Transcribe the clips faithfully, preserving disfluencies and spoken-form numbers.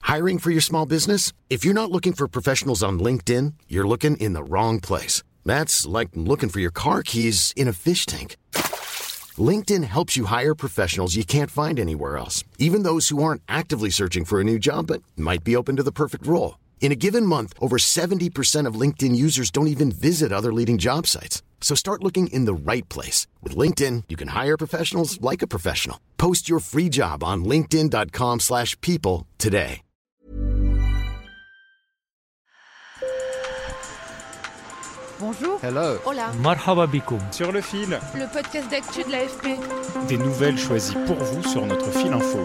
Hiring for your small business? If you're not looking for professionals on LinkedIn, you're looking in the wrong place. That's like looking for your car keys in a fish tank. LinkedIn helps you hire professionals you can't find anywhere else, even those who aren't actively searching for a new job but might be open to the perfect role. In a given month, over seventy percent of LinkedIn users don't even visit other leading job sites. So start looking in the right place. With LinkedIn, you can hire professionals like a professional. Post your free job on linkedin.com slash people today. Bonjour. Hello. Hola. Marhaba bikoum. Sur le fil. Le podcast d'actu de l'A F P. Des nouvelles choisies pour vous sur notre fil info.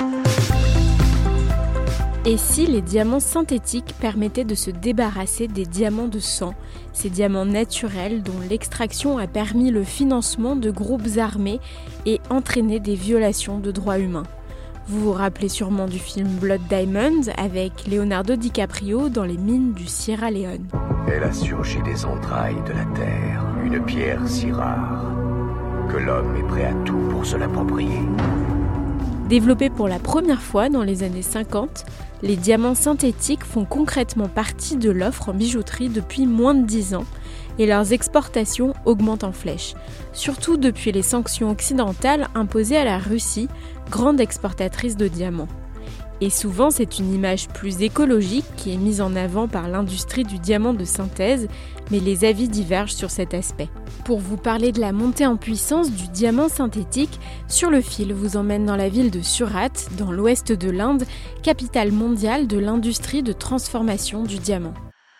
Et si les diamants synthétiques permettaient de se débarrasser des diamants de sang, ces diamants naturels dont l'extraction a permis le financement de groupes armés et entraîné des violations de droits humains? Vous vous rappelez sûrement du film Blood Diamond avec Leonardo DiCaprio dans les mines du Sierra Leone. Elle a surgi des entrailles de la terre, une pierre si rare que l'homme est prêt à tout pour se l'approprier. Développés pour la première fois dans les années cinquante, les diamants synthétiques font concrètement partie de l'offre en bijouterie depuis moins de dix ans et leurs exportations augmentent en flèche, surtout depuis les sanctions occidentales imposées à la Russie, grande exportatrice de diamants. Et souvent, c'est une image plus écologique qui est mise en avant par l'industrie du diamant de synthèse, mais les avis divergent sur cet aspect. Pour vous parler de la montée en puissance du diamant synthétique, Sur le fil vous emmène dans la ville de Surat, dans l'ouest de l'Inde, capitale mondiale de l'industrie de transformation du diamant.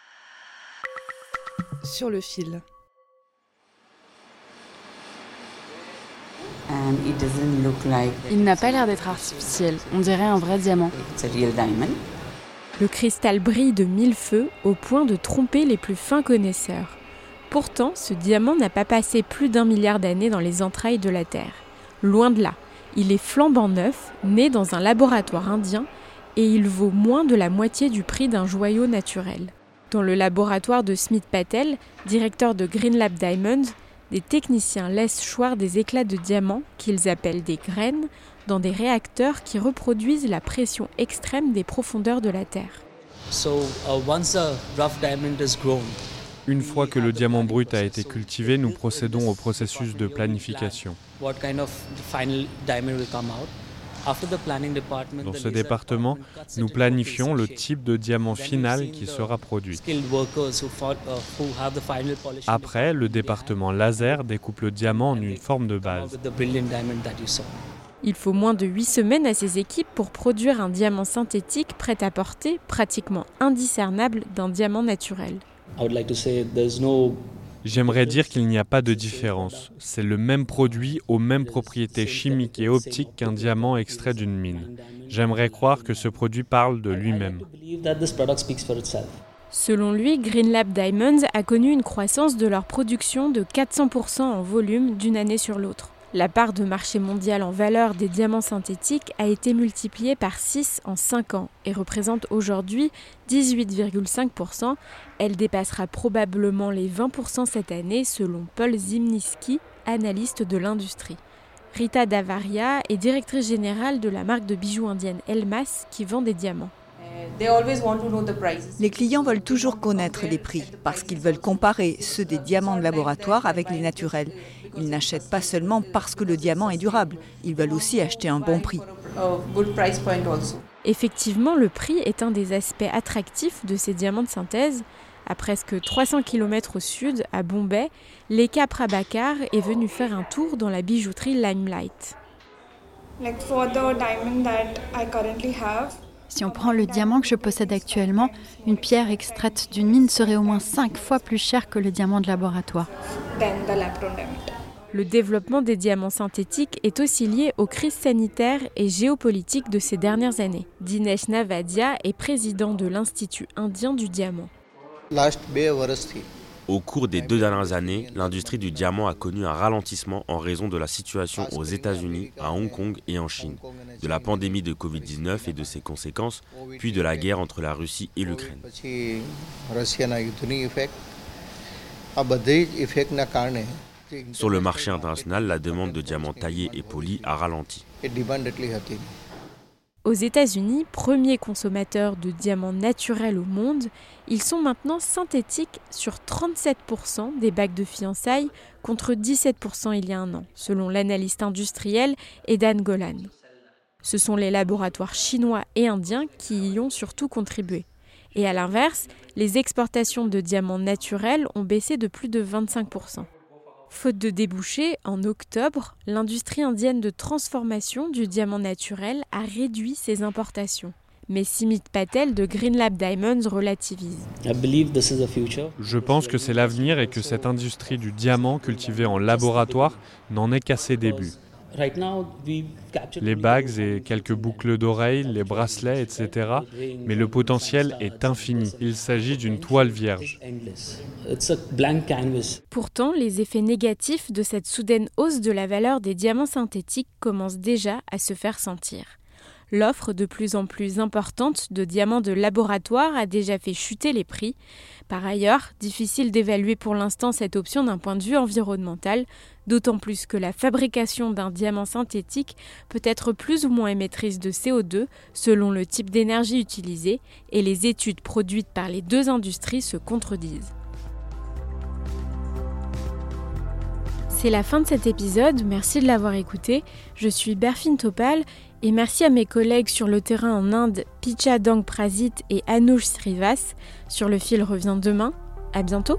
Sur le fil. And it doesn't look like Il n'a pas l'air d'être artificiel, on dirait un vrai diamant. it's a real diamond. Le cristal brille de mille feux au point de tromper les plus fins connaisseurs. Pourtant, ce diamant n'a pas passé plus d'un milliard d'années dans les entrailles de la Terre. Loin de là, il est flambant neuf, né dans un laboratoire indien, et il vaut moins de la moitié du prix d'un joyau naturel. Dans le laboratoire de Smith Patel, directeur de Green Lab Diamonds, des techniciens laissent choir des éclats de diamants, qu'ils appellent des graines, dans des réacteurs qui reproduisent la pression extrême des profondeurs de la Terre. So, uh, once a rough diamond is grown, Une fois que le diamant brut a été cultivé, nous procédons au processus de planification. what kind of final diamond will come out. After the planning department, Dans the ce laser département, department cuts nous it into planifions le basic type de diamant shape. final Then qui using sera the produit. skilled workers who fought, uh, who have the final polishing Après, le department, département laser découpe le diamant en une forme de they come out base. with the brilliant diamond that you saw. Il faut moins de huit semaines à ces équipes pour produire un diamant synthétique prêt à porter, pratiquement indiscernable d'un diamant naturel. I would like to say there's no J'aimerais dire qu'il n'y a pas de différence. C'est le même produit aux mêmes propriétés chimiques et optiques qu'un diamant extrait d'une mine. J'aimerais croire que ce produit parle de lui-même. I believe that this product speaks for itself. Selon lui, Green Lab Diamonds a connu une croissance de leur production de quatre cents pour cent en volume d'une année sur l'autre. La part de marché mondial en valeur des diamants synthétiques a été multipliée par six en cinq ans et représente aujourd'hui dix-huit virgule cinq pour cent. Elle dépassera probablement les vingt pour cent cette année selon Paul Zimnisky, analyste de l'industrie. Rita Davaria est directrice générale de la marque de bijoux indienne Elmas qui vend des diamants. Les clients veulent toujours connaître les prix parce qu'ils veulent comparer ceux des diamants de laboratoire avec les naturels. Ils n'achètent pas seulement parce que le diamant est durable, ils veulent aussi acheter un bon prix. Effectivement, le prix est un des aspects attractifs de ces diamants de synthèse. À presque trois cents kilomètres au sud, à Bombay, Lekha Prabhakar est venue faire un tour dans la bijouterie Limelight. Si on prend le diamant que je possède actuellement, une pierre extraite d'une mine serait au moins cinq fois plus chère que le diamant de laboratoire. Le développement des diamants synthétiques est aussi lié aux crises sanitaires et géopolitiques de ces dernières années. Dinesh Navadia est président de l'Institut indien du diamant. Au cours des deux dernières années, l'industrie du diamant a connu un ralentissement en raison de la situation aux États-Unis, à Hong Kong et en Chine, de la pandémie de covid dix-neuf et de ses conséquences, puis de la guerre entre la Russie et l'Ukraine. Sur le marché international, la demande de diamants taillés et polis a ralenti. Aux États-Unis, premier consommateur de diamants naturels au monde, ils sont maintenant synthétiques sur trente-sept pour cent des bagues de fiançailles contre dix-sept pour cent il y a un an, selon l'analyste industriel Edan Golan. Ce sont les laboratoires chinois et indiens qui y ont surtout contribué. Et à l'inverse, les exportations de diamants naturels ont baissé de plus de vingt-cinq pour cent. Faute de débouchés, en octobre, l'industrie indienne de transformation du diamant naturel a réduit ses importations. Mais Simit Patel de Green Lab Diamonds relativise. Je pense que c'est l'avenir et que cette industrie du diamant cultivé en laboratoire n'en est qu'à ses débuts. Les bagues et quelques boucles d'oreilles, les bracelets, et cetera. Mais le potentiel est infini. Il s'agit d'une toile vierge. Pourtant, les effets négatifs de cette soudaine hausse de la valeur des diamants synthétiques commencent déjà à se faire sentir. L'offre de plus en plus importante de diamants de laboratoire a déjà fait chuter les prix. Par ailleurs, difficile d'évaluer pour l'instant cette option d'un point de vue environnemental, d'autant plus que la fabrication d'un diamant synthétique peut être plus ou moins émettrice de C O deux selon le type d'énergie utilisée, et les études produites par les deux industries se contredisent. C'est la fin de cet épisode, merci de l'avoir écouté. Je suis Berfine Topal et merci à mes collègues sur le terrain en Inde, Picha Dang Prasit et Anush Srivas. Sur le fil revient demain. À bientôt.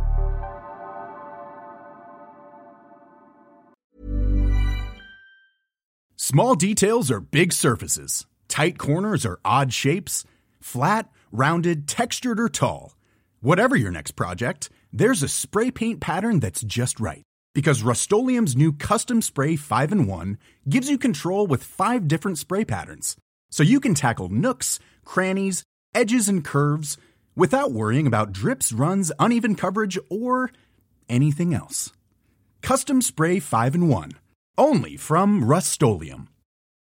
Small details are big surfaces. Tight corners are odd shapes. Flat, rounded, textured or tall. Whatever your next project, there's a spray paint pattern that's just right. Because Rust-Oleum's new Custom Spray five in one gives you control with five different spray patterns. So you can tackle nooks, crannies, edges, and curves without worrying about drips, runs, uneven coverage, or anything else. Custom Spray five in one. Only from Rust-Oleum.